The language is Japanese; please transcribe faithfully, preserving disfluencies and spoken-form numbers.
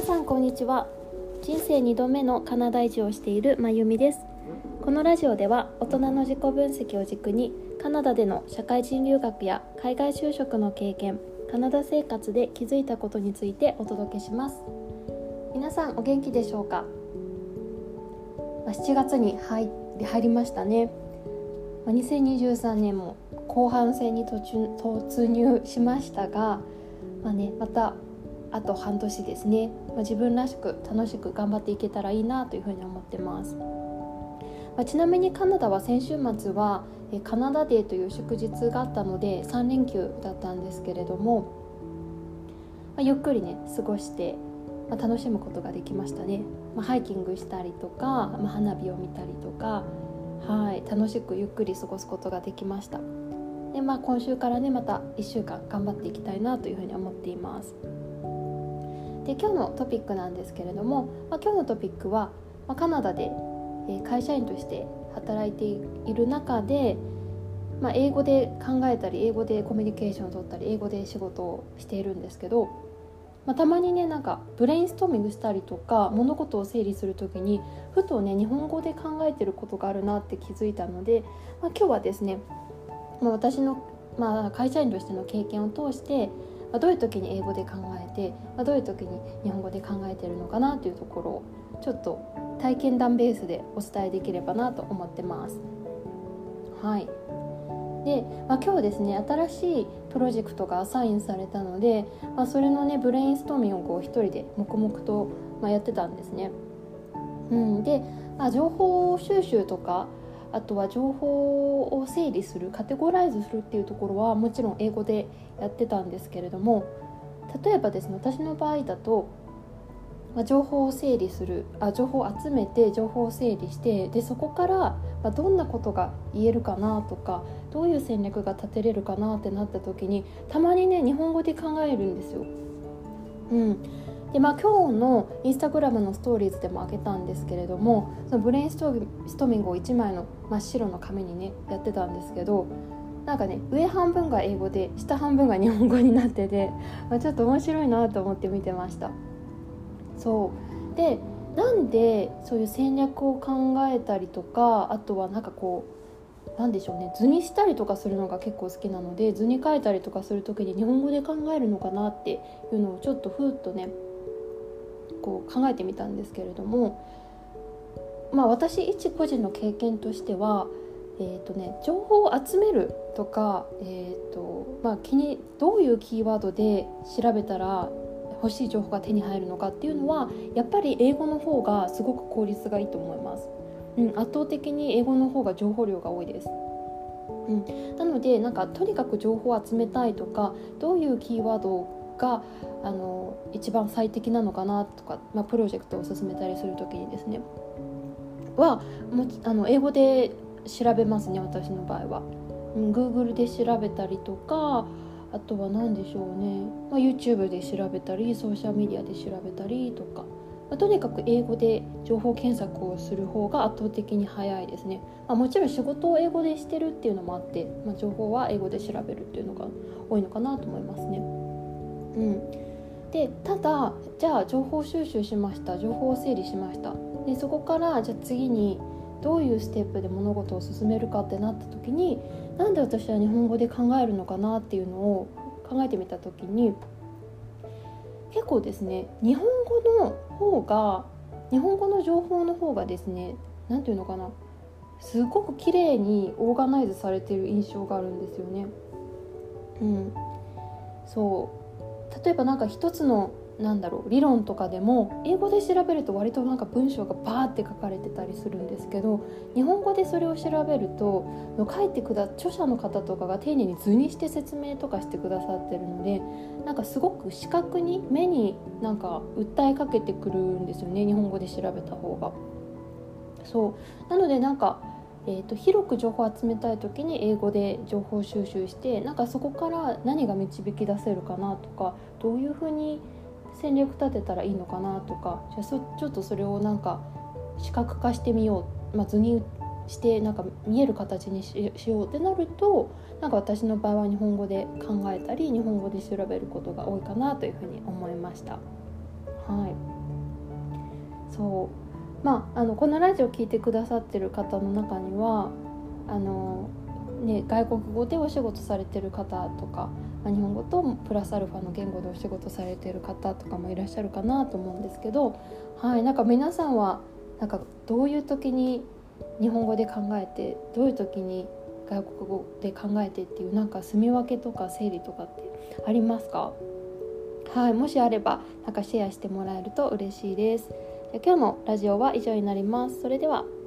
皆さんこんにちは。人生にどめのカナダ移住をしているまゆみです。このラジオでは大人の自己分析を軸にカナダでの社会人留学や海外就職の経験、カナダ生活で気づいたことについてお届けします。皆さんお元気でしょうか。しちがつに入り、入りましたね。にせんにじゅうさんねんも後半戦に突入しましたが、まあね、またあと半年ですね、まあ、自分らしく楽しく頑張っていけたらいいなというふうに思ってます。まあ、ちなみにカナダは先週末はえカナダデーという祝日があったのでさんれんきゅうだったんですけれども、まあ、ゆっくりね過ごして、まあ、楽しむことができましたね。まあ、ハイキングしたりとか、まあ、花火を見たりとか、はい、楽しくゆっくり過ごすことができました。で、まあ、今週からねまたいっしゅうかん頑張っていきたいなというふうに思っています。で、今日のトピックなんですけれども、まあ、今日のトピックは、まあ、カナダで、えー、会社員として働いている中で、まあ、英語で考えたり英語でコミュニケーションを取ったり英語で仕事をしているんですけど、まあ、たまにねなんかブレインストーミングしたりとか物事を整理するときにふとね日本語で考えてることがあるなって気づいたので、まあ、今日はですね、まあ、私の、まあ、会社員としての経験を通してまあ、どういう時に英語で考えて、まあ、どういう時に日本語で考えているのかなというところをちょっと体験談ベースでお伝えできればなと思ってます。はい。で、まあ、今日はですね新しいプロジェクトがアサインされたので、まあ、それのねブレインストーミングを一人で黙々と、まあ、やってたんですね。うん、で、まあ、情報収集とかあとは情報を整理するカテゴライズするっていうところはもちろん英語でやってたんですけれども、例えばですね私の場合だと、まあ、情報を整理するあ情報を集めて情報を整理してでそこから、まあ、どんなことが言えるかなとかどういう戦略が立てれるかなってなった時にたまにね日本語で考えるんですよ。うんでまあ、今日のインスタグラムのストーリーズでも上げたんですけれども、そのブレインストーミングをいちまいの真っ白の紙にねやってたんですけど、なんかね上半分が英語で下半分が日本語になってて、まあ、ちょっと面白いなと思って見てました。そうでなんでそういう戦略を考えたりとかあとはなんかこうなんでしょうね図にしたりとかするのが結構好きなので図に書いたりとかする時に日本語で考えるのかなっていうのをちょっとふーっとねこう考えてみたんですけれども、まあ私一個人の経験としては、えーとね、情報を集めるとか、えーとまあ、気にどういうキーワードで調べたら欲しい情報が手に入るのかっていうのはやっぱり英語の方がすごく効率がいいと思います。うん、圧倒的に英語の方が情報量が多いです。うん、なのでなんかとにかく情報を集めたいとかどういうキーワードがあの一番最適なのかなとか、まあ、プロジェクトを進めたりするときにですねはもあの英語で調べますね。私の場合は、うん、Google で調べたりとかあとは何でしょうね、まあ、YouTube で調べたりソーシャルメディアで調べたりとか、まあ、とにかく英語で情報検索をする方が圧倒的に早いですね。まあ、もちろん仕事を英語でしてるっていうのもあって、まあ、情報は英語で調べるっていうのが多いのかなと思いますね。うん、でただじゃあ情報収集しました情報を整理しましたでそこからじゃあ次にどういうステップで物事を進めるかってなった時になんで私は日本語で考えるのかなっていうのを考えてみた時に結構ですね日本語の方が日本語の情報の方がですねなんていうのかなすごく綺麗にオーガナイズされている印象があるんですよね。うん、そう例えばなんか一つのなんだろう理論とかでも英語で調べると割となんか文章がバーって書かれてたりするんですけど日本語でそれを調べると書いてくだ著者の方とかが丁寧に図にして説明とかしてくださってるのでなんかすごく視覚に目になんか訴えかけてくるんですよね日本語で調べた方が。そうなのでなんかえー、と広く情報を集めたい時に英語で情報収集してなんかそこから何が導き出せるかなとかどういうふうに戦略立てたらいいのかなとかじゃあそちょっとそれをなんか視覚化してみよう、まあ、図にしてなんか見える形に し, しようってなるとなんか私の場合は日本語で考えたり日本語で調べることが多いかなというふうに思いました。 はい、そうまあ、あのこのラジオ聞いてくださってる方の中にはあの、ね、外国語でお仕事されてる方とか、まあ、日本語とプラスアルファの言語でお仕事されてる方とかもいらっしゃるかなと思うんですけど、はい、なんか皆さんはなんかどういう時に日本語で考えてどういう時に外国語で考えてっていうなんか住み分けとか整理とかってありますか？はい、もしあればなんかシェアしてもらえると嬉しいです。今日のラジオは以上になります。それでは。